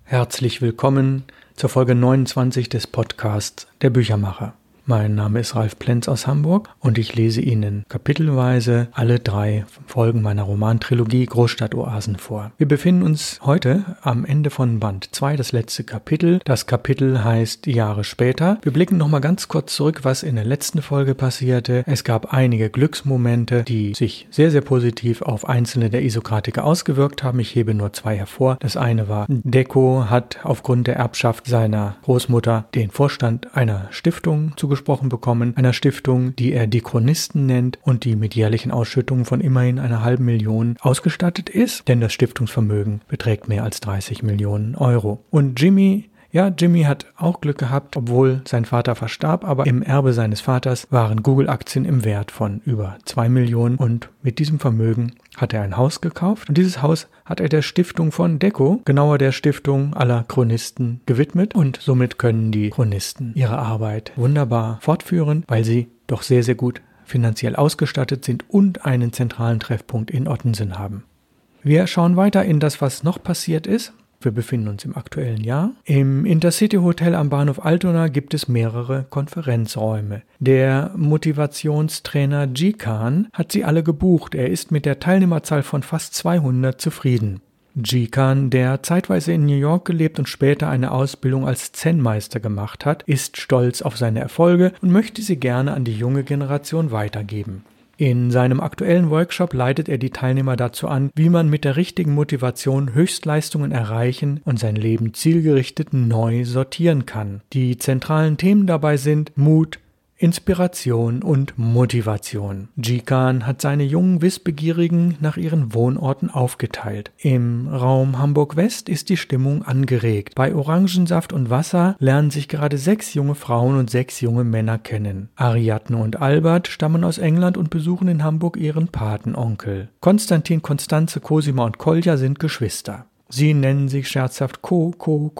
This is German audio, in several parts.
Herzlich willkommen zur Folge 29 des Podcasts Der Büchermacher. Mein Name ist Ralf Plenz aus Hamburg und ich lese Ihnen kapitelweise alle 3 Folgen meiner Romantrilogie Großstadtoasen vor. Wir befinden uns heute am Ende von Band 2, das letzte Kapitel. Das Kapitel heißt Jahre später. Wir blicken nochmal ganz kurz zurück, was in der letzten Folge passierte. Es gab einige Glücksmomente, die sich sehr, sehr positiv auf einzelne der Isokratiker ausgewirkt haben. Ich hebe nur 2 hervor. Das eine war, Dekko hat aufgrund der Erbschaft seiner Großmutter den Vorstand einer Stiftung zugesprochen bekommen, einer Stiftung, die er die Chronisten nennt und die mit jährlichen Ausschüttungen von immerhin 500.000 ausgestattet ist, denn das Stiftungsvermögen beträgt mehr als 30 Millionen Euro. Und Jimmy hat auch Glück gehabt, obwohl sein Vater verstarb, aber im Erbe seines Vaters waren Google-Aktien im Wert von über 2 Millionen und mit diesem Vermögen hat er ein Haus gekauft und dieses Haus hat er der Stiftung von Dekko, genauer der Stiftung aller Chronisten, gewidmet und somit können die Chronisten ihre Arbeit wunderbar fortführen, weil sie doch sehr, sehr gut finanziell ausgestattet sind und einen zentralen Treffpunkt in Ottensen haben. Wir schauen weiter in das, was noch passiert ist. Wir befinden uns im aktuellen Jahr. Im Intercity Hotel am Bahnhof Altona gibt es mehrere Konferenzräume. Der Motivationstrainer Jikan hat sie alle gebucht. Er ist mit der Teilnehmerzahl von fast 200 zufrieden. Jikan, der zeitweise in New York gelebt und später eine Ausbildung als Zen-Meister gemacht hat, ist stolz auf seine Erfolge und möchte sie gerne an die junge Generation weitergeben. In seinem aktuellen Workshop leitet er die Teilnehmer dazu an, wie man mit der richtigen Motivation Höchstleistungen erreichen und sein Leben zielgerichtet neu sortieren kann. Die zentralen Themen dabei sind Mut, Inspiration und Motivation. Jikan hat seine jungen Wissbegierigen nach ihren Wohnorten aufgeteilt. Im Raum Hamburg-West ist die Stimmung angeregt. Bei Orangensaft und Wasser lernen sich gerade 6 junge Frauen und 6 junge Männer kennen. Ariadne und Albert stammen aus England und besuchen in Hamburg ihren Patenonkel. Konstantin, Konstanze, Cosima und Kolja sind Geschwister. Sie nennen sich scherzhaft Co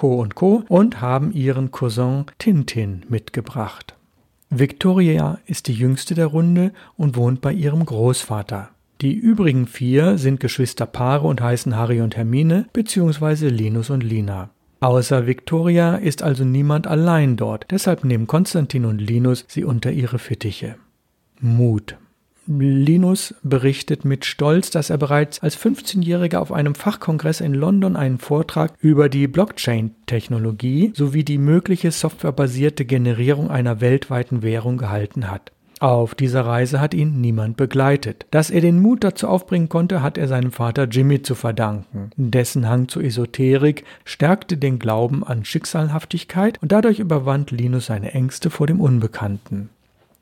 und haben ihren Cousin Tintin mitgebracht. Victoria ist die jüngste der Runde und wohnt bei ihrem Großvater. Die übrigen 4 sind Geschwisterpaare und heißen Harry und Hermine bzw. Linus und Lina. Außer Victoria ist also niemand allein dort, deshalb nehmen Konstantin und Linus sie unter ihre Fittiche. Mut. Linus berichtet mit Stolz, dass er bereits als 15-Jähriger auf einem Fachkongress in London einen Vortrag über die Blockchain-Technologie sowie die mögliche softwarebasierte Generierung einer weltweiten Währung gehalten hat. Auf dieser Reise hat ihn niemand begleitet. Dass er den Mut dazu aufbringen konnte, hat er seinem Vater Jimmy zu verdanken. Dessen Hang zur Esoterik stärkte den Glauben an Schicksalhaftigkeit und dadurch überwand Linus seine Ängste vor dem Unbekannten.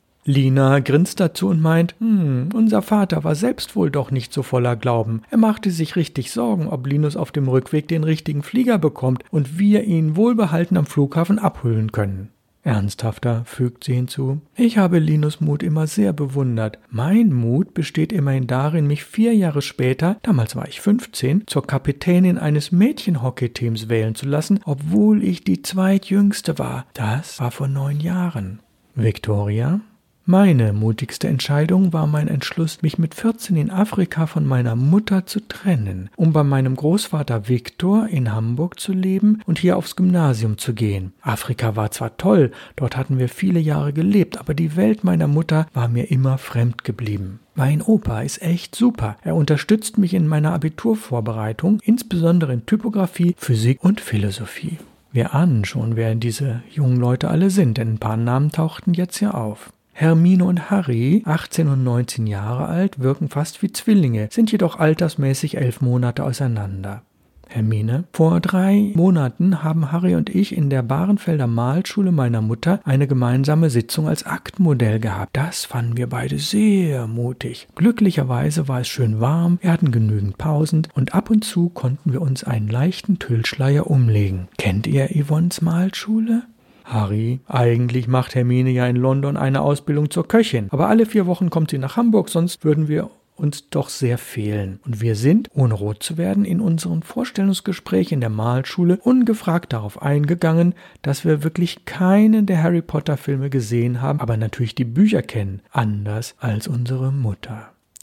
Lina grinst dazu und meint, unser Vater war selbst wohl doch nicht so voller Glauben. Er machte sich richtig Sorgen, ob Linus auf dem Rückweg den richtigen Flieger bekommt und wir ihn wohlbehalten am Flughafen abholen können. Ernsthafter fügt sie hinzu, ich habe Linus Mut immer sehr bewundert. Mein Mut besteht immerhin darin, mich 4 Jahre später, damals war ich 15, zur Kapitänin eines Mädchenhockeyteams wählen zu lassen, obwohl ich die zweitjüngste war. Das war vor 9 Jahren. Victoria? Meine mutigste Entscheidung war mein Entschluss, mich mit 14 in Afrika von meiner Mutter zu trennen, um bei meinem Großvater Viktor in Hamburg zu leben und hier aufs Gymnasium zu gehen. Afrika war zwar toll, dort hatten wir viele Jahre gelebt, aber die Welt meiner Mutter war mir immer fremd geblieben. Mein Opa ist echt super. Er unterstützt mich in meiner Abiturvorbereitung, insbesondere in Typografie, Physik und Philosophie. Wir ahnen schon, wer diese jungen Leute alle sind, denn ein paar Namen tauchten jetzt ja auf. Hermine und Harry, 18 und 19 Jahre alt, wirken fast wie Zwillinge, sind jedoch altersmäßig 11 Monate auseinander. Hermine: Vor 3 Monaten haben Harry und ich in der Bahrenfelder Malschule meiner Mutter eine gemeinsame Sitzung als Aktmodell gehabt. Das fanden wir beide sehr mutig. Glücklicherweise war es schön warm, wir hatten genügend Pausen und ab und zu konnten wir uns einen leichten Tüllschleier umlegen. Kennt ihr Yvonnes Malschule? Harry: Eigentlich macht Hermine ja in London eine Ausbildung zur Köchin, aber alle 4 Wochen kommt sie nach Hamburg, sonst würden wir uns doch sehr fehlen. Und wir sind, ohne rot zu werden, in unserem Vorstellungsgespräch in der Malschule ungefragt darauf eingegangen, dass wir wirklich keinen der Harry-Potter-Filme gesehen haben, aber natürlich die Bücher kennen, anders als unsere Mutter.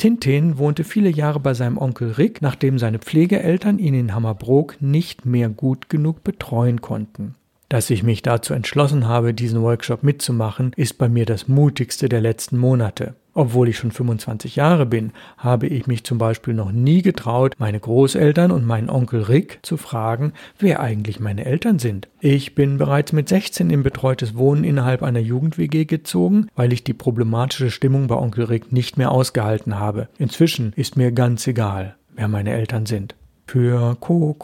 Tintin wohnte viele Jahre bei seinem Onkel Rick, nachdem seine Pflegeeltern ihn in Hammerbrook nicht mehr gut genug betreuen konnten. Dass ich mich dazu entschlossen habe, diesen Workshop mitzumachen, ist bei mir das mutigste der letzten Monate. Obwohl ich schon 25 Jahre bin, habe ich mich zum Beispiel noch nie getraut, meine Großeltern und meinen Onkel Rick zu fragen, wer eigentlich meine Eltern sind. Ich bin bereits mit 16 in betreutes Wohnen innerhalb einer Jugend-WG gezogen, weil ich die problematische Stimmung bei Onkel Rick nicht mehr ausgehalten habe. Inzwischen ist mir ganz egal, wer meine Eltern sind. Für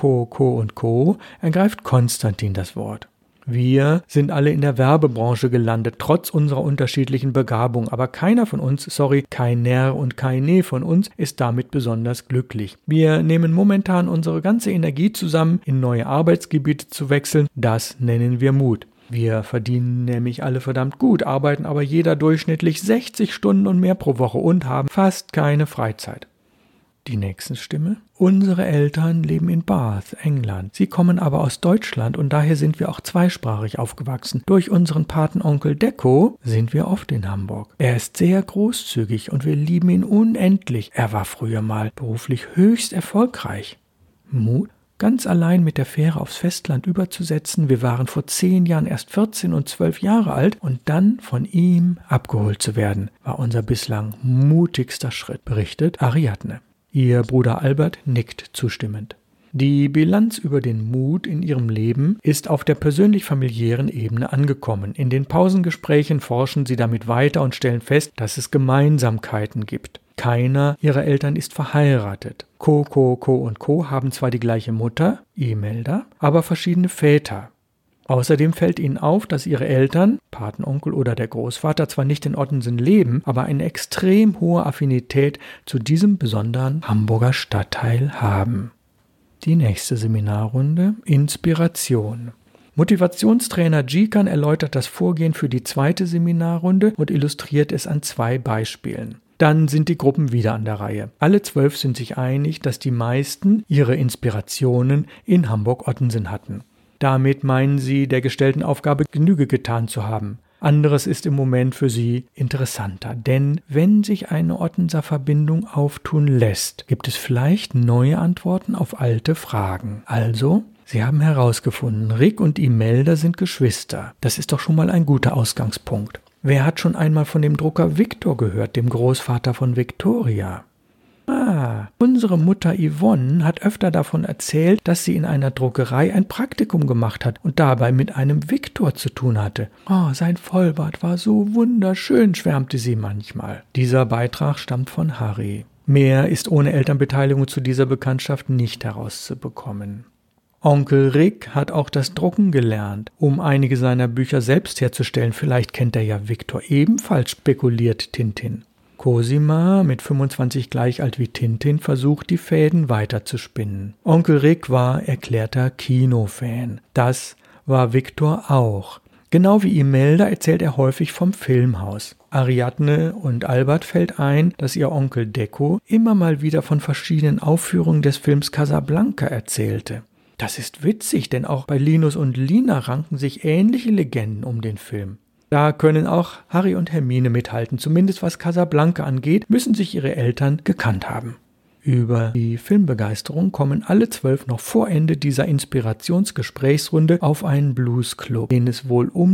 Co. ergreift Konstantin das Wort. Wir sind alle in der Werbebranche gelandet, trotz unserer unterschiedlichen Begabung, aber keiner von uns, keiner und keine von uns ist damit besonders glücklich. Wir nehmen momentan unsere ganze Energie zusammen, in neue Arbeitsgebiete zu wechseln, das nennen wir Mut. Wir verdienen nämlich alle verdammt gut, arbeiten aber jeder durchschnittlich 60 Stunden und mehr pro Woche und haben fast keine Freizeit. Die nächste Stimme. Unsere Eltern leben in Bath, England. Sie kommen aber aus Deutschland und daher sind wir auch zweisprachig aufgewachsen. Durch unseren Patenonkel Deko sind wir oft in Hamburg. Er ist sehr großzügig und wir lieben ihn unendlich. Er war früher mal beruflich höchst erfolgreich. Mut? Ganz allein mit der Fähre aufs Festland überzusetzen. Wir waren vor 10 Jahren erst 14 und 12 Jahre alt und dann von ihm abgeholt zu werden, war unser bislang mutigster Schritt, berichtet Ariadne. Ihr Bruder Albert nickt zustimmend. Die Bilanz über den Mut in ihrem Leben ist auf der persönlich-familiären Ebene angekommen. In den Pausengesprächen forschen sie damit weiter und stellen fest, dass es Gemeinsamkeiten gibt. Keiner ihrer Eltern ist verheiratet. Co. haben zwar die gleiche Mutter, Imelda, aber verschiedene Väter. Außerdem fällt ihnen auf, dass ihre Eltern, Patenonkel oder der Großvater, zwar nicht in Ottensen leben, aber eine extrem hohe Affinität zu diesem besonderen Hamburger Stadtteil haben. Die nächste Seminarrunde: Inspiration. Motivationstrainer Gikan erläutert das Vorgehen für die zweite Seminarrunde und illustriert es an 2 Beispielen. Dann sind die Gruppen wieder an der Reihe. Alle 12 sind sich einig, dass die meisten ihre Inspirationen in Hamburg-Ottensen hatten. Damit meinen sie, der gestellten Aufgabe Genüge getan zu haben. Anderes ist im Moment für sie interessanter, denn wenn sich eine Ottenser Verbindung auftun lässt, gibt es vielleicht neue Antworten auf alte Fragen. Also, sie haben herausgefunden, Rick und Imelda sind Geschwister. Das ist doch schon mal ein guter Ausgangspunkt. Wer hat schon einmal von dem Drucker Viktor gehört, dem Großvater von Victoria? Unsere Mutter Yvonne hat öfter davon erzählt, dass sie in einer Druckerei ein Praktikum gemacht hat und dabei mit einem Viktor zu tun hatte. Sein Vollbart war so wunderschön, schwärmte sie manchmal. Dieser Beitrag stammt von Harry. Mehr ist ohne Elternbeteiligung zu dieser Bekanntschaft nicht herauszubekommen. Onkel Rick hat auch das Drucken gelernt, um einige seiner Bücher selbst herzustellen. Vielleicht kennt er ja Viktor ebenfalls, spekuliert Tintin. Cosima, mit 25 gleich alt wie Tintin, versucht, die Fäden weiterzuspinnen. Onkel Rick war erklärter Kinofan. Das war Viktor auch. Genau wie Imelda erzählt er häufig vom Filmhaus. Ariadne und Albert fällt ein, dass ihr Onkel Deko immer mal wieder von verschiedenen Aufführungen des Films Casablanca erzählte. Das ist witzig, denn auch bei Linus und Lina ranken sich ähnliche Legenden um den Film. Da können auch Harry und Hermine mithalten. Zumindest was Casablanca angeht, müssen sich ihre Eltern gekannt haben. Über die Filmbegeisterung kommen alle 12 noch vor Ende dieser Inspirationsgesprächsrunde auf einen Bluesclub, den es wohl um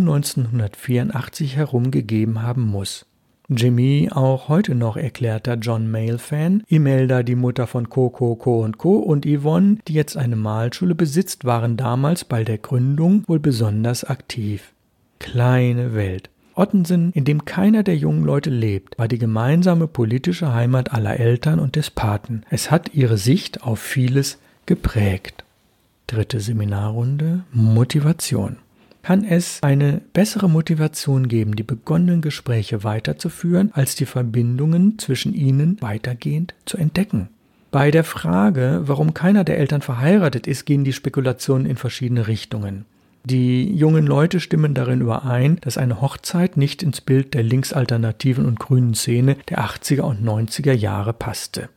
1984 herum gegeben haben muss. Jimmy, auch heute noch erklärter John Mayall-Fan, Imelda, die Mutter von Co. und Yvonne, die jetzt eine Malschule besitzt, waren damals bei der Gründung wohl besonders aktiv. Kleine Welt. Ottensen, in dem keiner der jungen Leute lebt, war die gemeinsame politische Heimat aller Eltern und des Paten. Es hat ihre Sicht auf vieles geprägt. 3. Seminarrunde: Motivation. Kann es eine bessere Motivation geben, die begonnenen Gespräche weiterzuführen, als die Verbindungen zwischen ihnen weitergehend zu entdecken? Bei der Frage, warum keiner der Eltern verheiratet ist, gehen die Spekulationen in verschiedene Richtungen. Die jungen Leute stimmen darin überein, dass eine Hochzeit nicht ins Bild der linksalternativen und grünen Szene der 80er und 90er Jahre passte.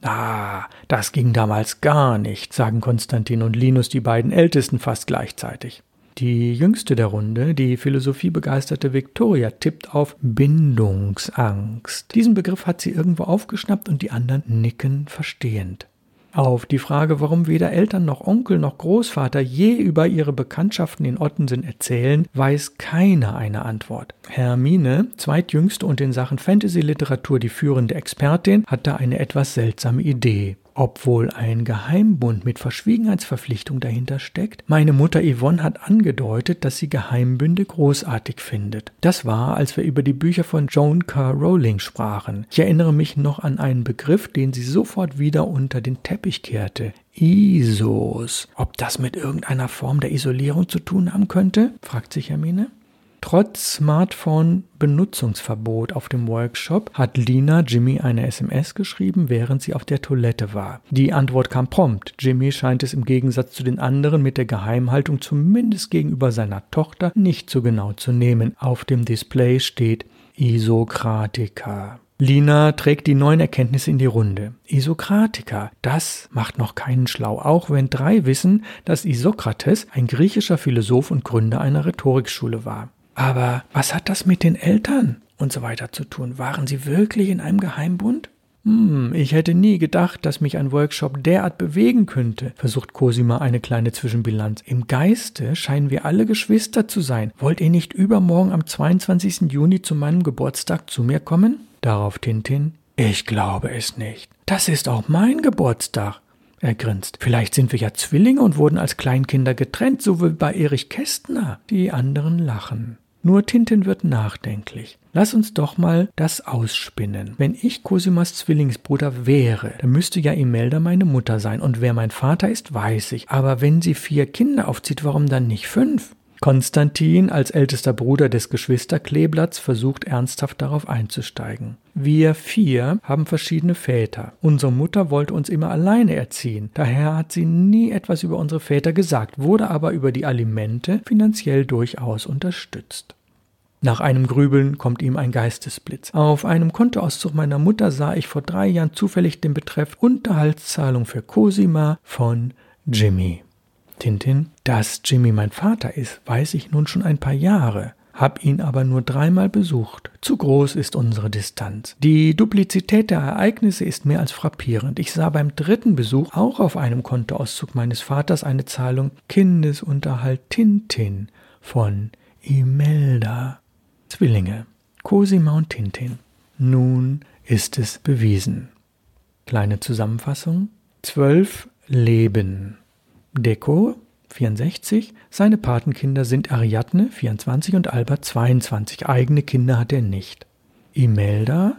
Das ging damals gar nicht, sagen Konstantin und Linus, die beiden Ältesten, fast gleichzeitig. Die jüngste der Runde, die philosophiebegeisterte Victoria, tippt auf Bindungsangst. Diesen Begriff hat sie irgendwo aufgeschnappt und die anderen nicken verstehend. Auf die Frage, warum weder Eltern noch Onkel noch Großvater je über ihre Bekanntschaften in Ottensen erzählen, weiß keiner eine Antwort. Hermine, zweitjüngste und in Sachen Fantasy-Literatur die führende Expertin, hatte eine etwas seltsame Idee. Ob wohl ein Geheimbund mit Verschwiegenheitsverpflichtung dahinter steckt? Meine Mutter Yvonne hat angedeutet, dass sie Geheimbünde großartig findet. Das war, als wir über die Bücher von Joan K. Rowling sprachen. Ich erinnere mich noch an einen Begriff, den sie sofort wieder unter den Teppich kehrte. ISOs. Ob das mit irgendeiner Form der Isolierung zu tun haben könnte? Fragt sich Hermine. Trotz Smartphone-Benutzungsverbot auf dem Workshop hat Lina Jimmy eine SMS geschrieben, während sie auf der Toilette war. Die Antwort kam prompt. Jimmy scheint es im Gegensatz zu den anderen mit der Geheimhaltung zumindest gegenüber seiner Tochter nicht so genau zu nehmen. Auf dem Display steht Isokratiker. Lina trägt die neuen Erkenntnisse in die Runde. Isokratiker, das macht noch keinen schlau, auch wenn 3 wissen, dass Isokrates ein griechischer Philosoph und Gründer einer Rhetorikschule war. Aber was hat das mit den Eltern und so weiter zu tun? Waren sie wirklich in einem Geheimbund? Ich hätte nie gedacht, dass mich ein Workshop derart bewegen könnte, versucht Cosima eine kleine Zwischenbilanz. Im Geiste scheinen wir alle Geschwister zu sein. Wollt ihr nicht übermorgen am 22. Juni zu meinem Geburtstag zu mir kommen? Darauf Tintin: Ich glaube es nicht. Das ist auch mein Geburtstag. Er grinst. Vielleicht sind wir ja Zwillinge und wurden als Kleinkinder getrennt, so wie bei Erich Kästner. Die anderen lachen. Nur Tintin wird nachdenklich. Lass uns doch mal das ausspinnen. Wenn ich Cosimas Zwillingsbruder wäre, dann müsste ja Imelda meine Mutter sein. Und wer mein Vater ist, weiß ich. Aber wenn sie 4 Kinder aufzieht, warum dann nicht 5? Konstantin, als ältester Bruder des Geschwisterkleeblatts, versucht ernsthaft darauf einzusteigen. Wir 4 haben verschiedene Väter. Unsere Mutter wollte uns immer alleine erziehen. Daher hat sie nie etwas über unsere Väter gesagt, wurde aber über die Alimente finanziell durchaus unterstützt. Nach einem Grübeln kommt ihm ein Geistesblitz. Auf einem Kontoauszug meiner Mutter sah ich vor 3 Jahren zufällig den Betreff Unterhaltszahlung für Cosima von Jimmy. Tintin: Dass Jimmy mein Vater ist, weiß ich nun schon ein paar Jahre, hab ihn aber nur 3-mal besucht. Zu groß ist unsere Distanz. Die Duplizität der Ereignisse ist mehr als frappierend. Ich sah beim 3. Besuch auch auf einem Kontoauszug meines Vaters eine Zahlung Kindesunterhalt Tintin von Imelda. Zwillinge, Cosima und Tintin. Nun ist es bewiesen. Kleine Zusammenfassung: 12 Leben. Deko, 64, seine Patenkinder sind Ariadne, 24 und Albert, 22. Eigene Kinder hat er nicht. Imelda,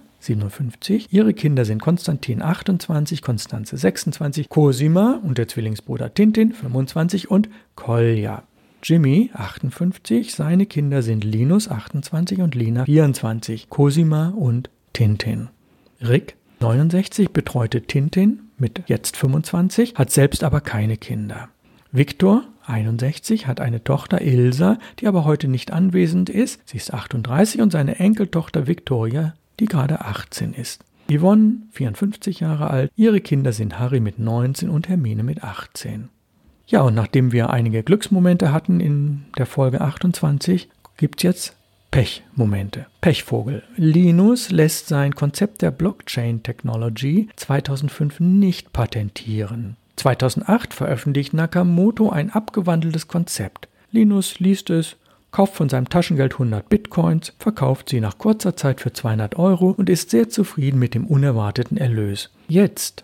57, ihre Kinder sind Konstantin, 28, Konstanze, 26, Cosima und der Zwillingsbruder Tintin, 25 und Kolja. Jimmy, 58, seine Kinder sind Linus, 28 und Lina, 24, Cosima und Tintin. Rick, 69, betreute Tintin mit jetzt 25, hat selbst aber keine Kinder. Viktor, 61, hat eine Tochter Ilsa, die aber heute nicht anwesend ist. Sie ist 38 und seine Enkeltochter Victoria, die gerade 18 ist. Yvonne, 54 Jahre alt, ihre Kinder sind Harry mit 19 und Hermine mit 18. Ja, und nachdem wir einige Glücksmomente hatten in der Folge 28, gibt's jetzt Pechmomente. Pechvogel. Linus lässt sein Konzept der Blockchain-Technology 2005 nicht patentieren. 2008 veröffentlicht Nakamoto ein abgewandeltes Konzept. Linus liest es, kauft von seinem Taschengeld 100 Bitcoins, verkauft sie nach kurzer Zeit für 200 € und ist sehr zufrieden mit dem unerwarteten Erlös. Jetzt,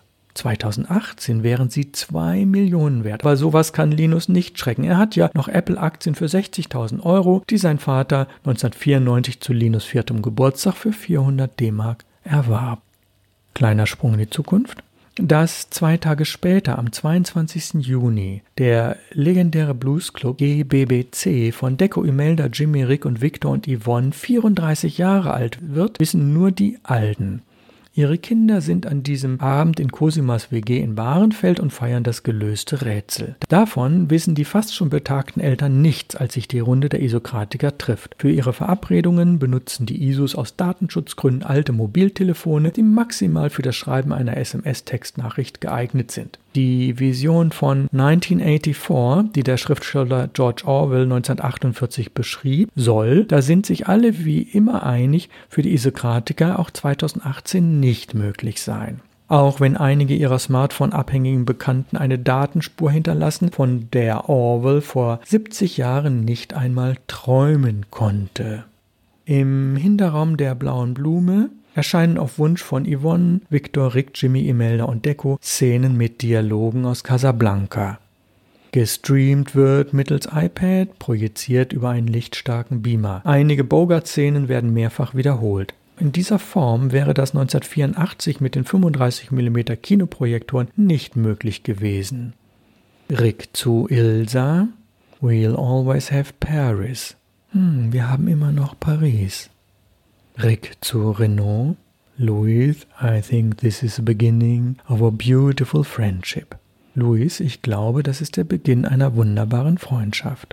2018, wären sie 2 Millionen wert. Aber sowas kann Linus nicht schrecken. Er hat ja noch Apple-Aktien für 60.000 €, die sein Vater 1994 zu Linus 4. Geburtstag für 400 D-Mark erwarb. Kleiner Sprung in die Zukunft. Dass 2 Tage später, am 22. Juni, der legendäre Bluesclub GBBC von Deko, Imelda, Jimmy, Rick und Victor und Yvonne 34 Jahre alt wird, wissen nur die Alten. Ihre Kinder sind an diesem Abend in Cosimas WG in Bahrenfeld und feiern das gelöste Rätsel. Davon wissen die fast schon betagten Eltern nichts, als sich die Runde der Isokratiker trifft. Für ihre Verabredungen benutzen die Isos aus Datenschutzgründen alte Mobiltelefone, die maximal für das Schreiben einer SMS-Textnachricht geeignet sind. Die Vision von 1984, die der Schriftsteller George Orwell 1948 beschrieb, da sind sich alle wie immer einig, für die Isokratiker auch 2018 nicht möglich sein. Auch wenn einige ihrer Smartphone-abhängigen Bekannten eine Datenspur hinterlassen, von der Orwell vor 70 Jahren nicht einmal träumen konnte. Im Hinterraum der Blauen Blume erscheinen auf Wunsch von Yvonne, Victor, Rick, Jimmy, Imelda und Deco Szenen mit Dialogen aus Casablanca. Gestreamt wird mittels iPad, projiziert über einen lichtstarken Beamer. Einige Bogart-Szenen werden mehrfach wiederholt. In dieser Form wäre das 1984 mit den 35 mm Kinoprojektoren nicht möglich gewesen. Rick zu Ilsa: We'll always have Paris. Wir haben immer noch Paris. Rick zu Renaud: Louis, I think this is the beginning of a beautiful friendship. Louis, ich glaube, das ist der Beginn einer wunderbaren Freundschaft.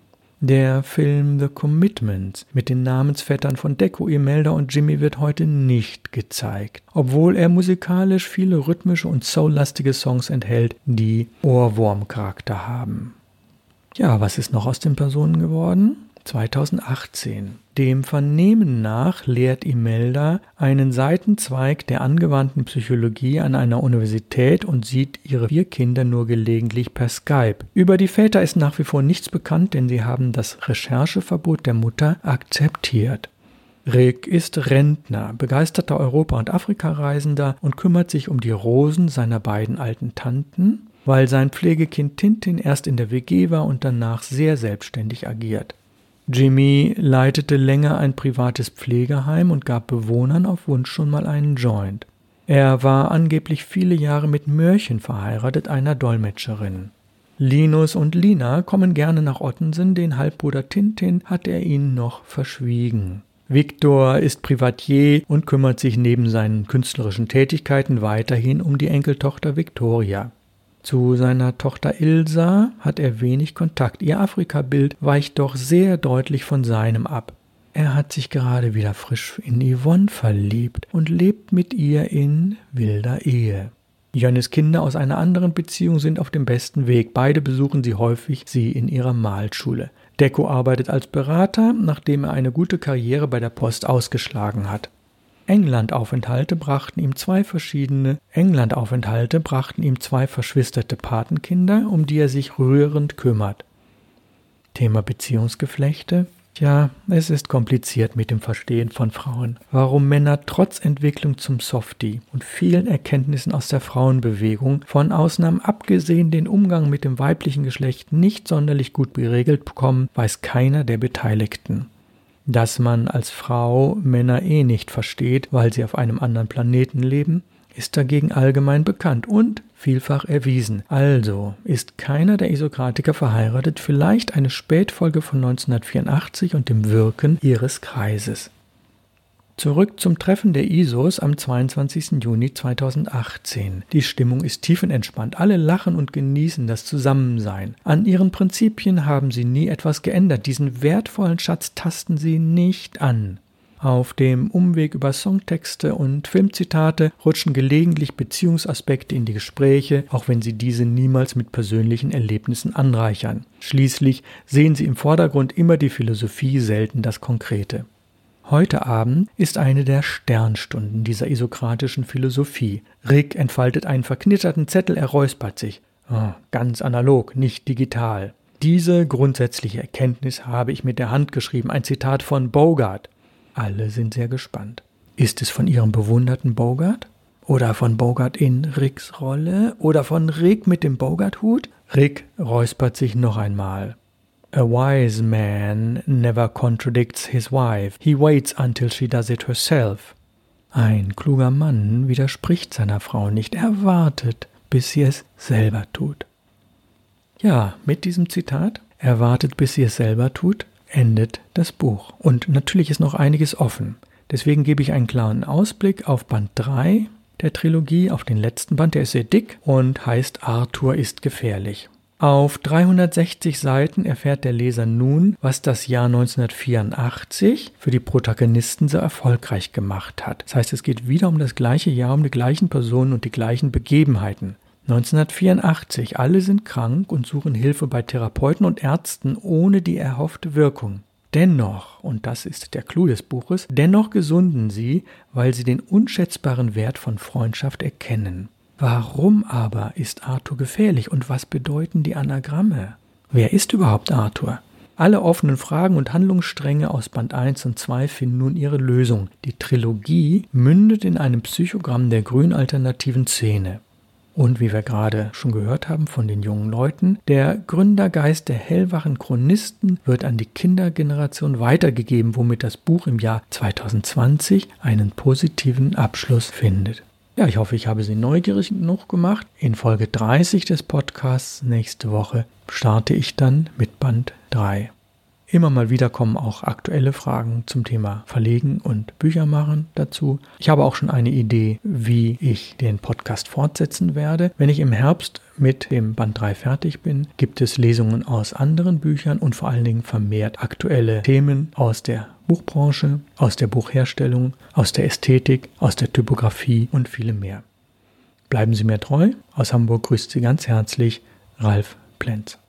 Der Film The Commitments mit den Namensvettern von Deco, Imelda und Jimmy wird heute nicht gezeigt, obwohl er musikalisch viele rhythmische und soullastige Songs enthält, die Ohrwurmcharakter haben. Ja, was ist noch aus den Personen geworden? 2018. Dem Vernehmen nach lehrt Imelda einen Seitenzweig der angewandten Psychologie an einer Universität und sieht ihre 4 Kinder nur gelegentlich per Skype. Über die Väter ist nach wie vor nichts bekannt, denn sie haben das Rechercheverbot der Mutter akzeptiert. Rick ist Rentner, begeisterter Europa- und Afrikareisender und kümmert sich um die Rosen seiner beiden alten Tanten, weil sein Pflegekind Tintin erst in der WG war und danach sehr selbstständig agiert. Jimmy leitete länger ein privates Pflegeheim und gab Bewohnern auf Wunsch schon mal einen Joint. Er war angeblich viele Jahre mit Mörchen verheiratet, einer Dolmetscherin. Linus und Lina kommen gerne nach Ottensen, den Halbbruder Tintin hat er ihnen noch verschwiegen. Victor ist Privatier und kümmert sich neben seinen künstlerischen Tätigkeiten weiterhin um die Enkeltochter Victoria. Zu seiner Tochter Ilsa hat er wenig Kontakt. Ihr Afrikabild weicht doch sehr deutlich von seinem ab. Er hat sich gerade wieder frisch in Yvonne verliebt und lebt mit ihr in wilder Ehe. Jönnes Kinder aus einer anderen Beziehung sind auf dem besten Weg. Beide besuchen sie häufig in ihrer Malschule. Deco arbeitet als Berater, nachdem er eine gute Karriere bei der Post ausgeschlagen hat. Englandaufenthalte brachten ihm zwei verschwisterte Patenkinder, um die er sich rührend kümmert. Thema Beziehungsgeflechte? Ja, es ist kompliziert mit dem Verstehen von Frauen. Warum Männer trotz Entwicklung zum Softie und vielen Erkenntnissen aus der Frauenbewegung, von Ausnahmen abgesehen den Umgang mit dem weiblichen Geschlecht nicht sonderlich gut geregelt bekommen, weiß keiner der Beteiligten. Dass man als Frau Männer nicht versteht, weil sie auf einem anderen Planeten leben, ist dagegen allgemein bekannt und vielfach erwiesen. Also ist keiner der Isokratiker verheiratet, vielleicht eine Spätfolge von 1984 und dem Wirken ihres Kreises. Zurück zum Treffen der Isos am 22. Juni 2018. Die Stimmung ist tiefenentspannt. Alle lachen und genießen das Zusammensein. An ihren Prinzipien haben sie nie etwas geändert. Diesen wertvollen Schatz tasten sie nicht an. Auf dem Umweg über Songtexte und Filmzitate rutschen gelegentlich Beziehungsaspekte in die Gespräche, auch wenn sie diese niemals mit persönlichen Erlebnissen anreichern. Schließlich sehen sie im Vordergrund immer die Philosophie, selten das Konkrete. Heute Abend ist eine der Sternstunden dieser isokratischen Philosophie. Rick entfaltet einen verknitterten Zettel, er räuspert sich. Ganz analog, nicht digital. Diese grundsätzliche Erkenntnis habe ich mit der Hand geschrieben, ein Zitat von Bogart. Alle sind sehr gespannt. Ist es von ihrem bewunderten Bogart? Oder von Bogart in Ricks Rolle? Oder von Rick mit dem Bogart-Hut? Rick räuspert sich noch einmal. A wise man never contradicts his wife. He waits until she does it herself. Ein kluger Mann widerspricht seiner Frau nicht. Er wartet, bis sie es selber tut. Ja, mit diesem Zitat, er wartet, bis sie es selber tut, endet das Buch. Und natürlich ist noch einiges offen. Deswegen gebe ich einen klaren Ausblick auf Band 3 der Trilogie, auf den letzten Band. Der ist sehr dick und heißt Arthur ist gefährlich. Auf 360 Seiten erfährt der Leser nun, was das Jahr 1984 für die Protagonisten so erfolgreich gemacht hat. Das heißt, es geht wieder um das gleiche Jahr, um die gleichen Personen und die gleichen Begebenheiten. 1984. Alle sind krank und suchen Hilfe bei Therapeuten und Ärzten ohne die erhoffte Wirkung. Dennoch, und das ist der Clou des Buches, dennoch gesunden sie, weil sie den unschätzbaren Wert von Freundschaft erkennen. Warum aber ist Arthur gefährlich und was bedeuten die Anagramme? Wer ist überhaupt Arthur? Alle offenen Fragen und Handlungsstränge aus Band 1 und 2 finden nun ihre Lösung. Die Trilogie mündet in einem Psychogramm der grün-alternativen Szene. Und wie wir gerade schon gehört haben von den jungen Leuten, der Gründergeist der hellwachen Chronisten wird an die Kindergeneration weitergegeben, womit das Buch im Jahr 2020 einen positiven Abschluss findet. Ja, ich hoffe, ich habe Sie neugierig genug gemacht. In Folge 30 des Podcasts nächste Woche starte ich dann mit Band 3. Immer mal wieder kommen auch aktuelle Fragen zum Thema Verlegen und Büchermachen dazu. Ich habe auch schon eine Idee, wie ich den Podcast fortsetzen werde. Wenn ich im Herbst mit dem Band 3 fertig bin, gibt es Lesungen aus anderen Büchern und vor allen Dingen vermehrt aktuelle Themen aus der Buchbranche, aus der Buchherstellung, aus der Ästhetik, aus der Typografie und viele mehr. Bleiben Sie mir treu. Aus Hamburg grüßt Sie ganz herzlich Ralf Plenz.